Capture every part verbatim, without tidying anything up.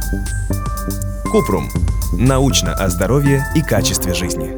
Купрум. Научно о здоровье и качестве жизни.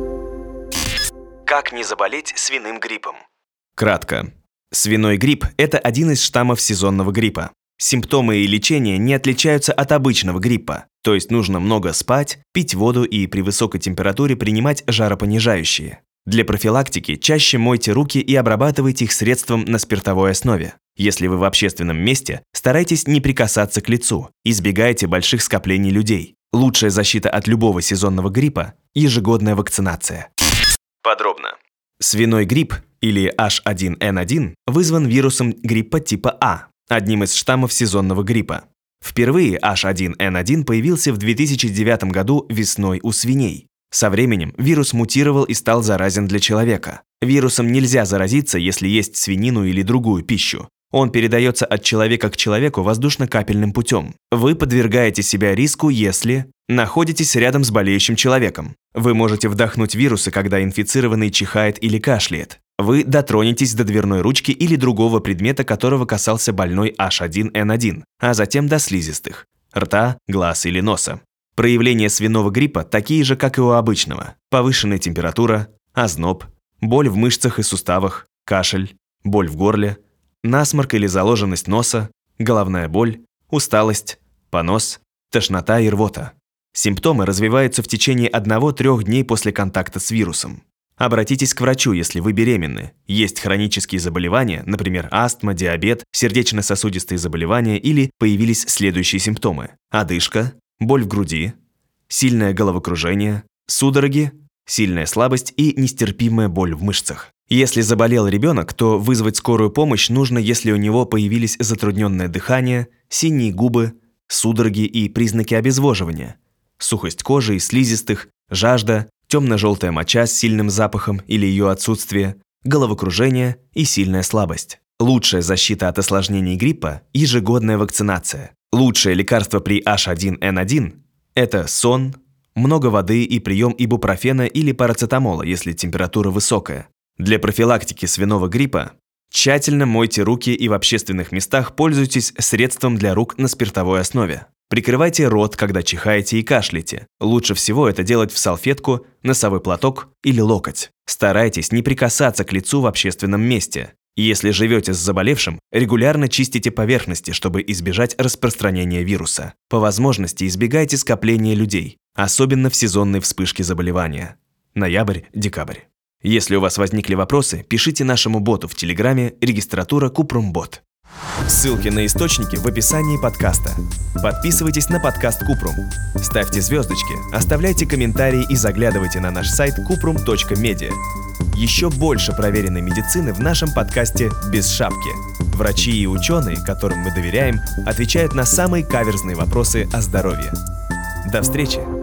Как не заболеть свиным гриппом? Кратко. Свиной грипп – это один из штаммов сезонного гриппа. Симптомы и лечение не отличаются от обычного гриппа, то есть нужно много спать, пить воду и при высокой температуре принимать жаропонижающие. Для профилактики чаще мойте руки и обрабатывайте их средством на спиртовой основе. Если вы в общественном месте, старайтесь не прикасаться к лицу, избегайте больших скоплений людей. Лучшая защита от любого сезонного гриппа – ежегодная вакцинация. Подробно. Свиной грипп, или эйч один эн один, вызван вирусом гриппа типа А, одним из штаммов сезонного гриппа. Впервые эйч один эн один появился в две тысячи девятом году весной у свиней. Со временем вирус мутировал и стал заразен для человека. Вирусом нельзя заразиться, если есть свинину или другую пищу. Он передается от человека к человеку воздушно-капельным путем. Вы подвергаете себя риску, если находитесь рядом с болеющим человеком. Вы можете вдохнуть вирусы, когда инфицированный чихает или кашляет. Вы дотронетесь до дверной ручки или другого предмета, которого касался больной эйч один эн один, а затем до слизистых – рта, глаз или носа. Проявления свиного гриппа такие же, как и у обычного. Повышенная температура, озноб, боль в мышцах и суставах, кашель, боль в горле, насморк или заложенность носа, головная боль, усталость, понос, тошнота и рвота. Симптомы развиваются в течение одного-трёх дней после контакта с вирусом. Обратитесь к врачу, если вы беременны, есть хронические заболевания, например, астма, диабет, сердечно-сосудистые заболевания или появились следующие симптомы: одышка, боль в груди, сильное головокружение, судороги, сильная слабость и нестерпимая боль в мышцах. Если заболел ребенок, то вызвать скорую помощь нужно, если у него появились затрудненное дыхание, синие губы, судороги и признаки обезвоживания, сухость кожи и слизистых, жажда, темно-желтая моча с сильным запахом или ее отсутствие, головокружение и сильная слабость. Лучшая защита от осложнений гриппа – ежегодная вакцинация. Лучшее лекарство при эйч один эн один – это сон, много воды и прием ибупрофена или парацетамола, если температура высокая. Для профилактики свиного гриппа тщательно мойте руки и в общественных местах пользуйтесь средством для рук на спиртовой основе. Прикрывайте рот, когда чихаете и кашляете. Лучше всего это делать в салфетку, носовой платок или локоть. Старайтесь не прикасаться к лицу в общественном месте. Если живете с заболевшим, регулярно чистите поверхности, чтобы избежать распространения вируса. По возможности избегайте скопления людей, особенно в сезонной вспышке заболевания. Ноябрь-декабрь. Если у вас возникли вопросы, пишите нашему боту в Телеграме регистратура Купрумбот. Ссылки на источники в описании подкаста. Подписывайтесь на подкаст Купрум. Ставьте звездочки, оставляйте комментарии и заглядывайте на наш сайт купрум точка медиа. Еще больше проверенной медицины в нашем подкасте «Без шапки». Врачи и ученые, которым мы доверяем, отвечают на самые каверзные вопросы о здоровье. До встречи!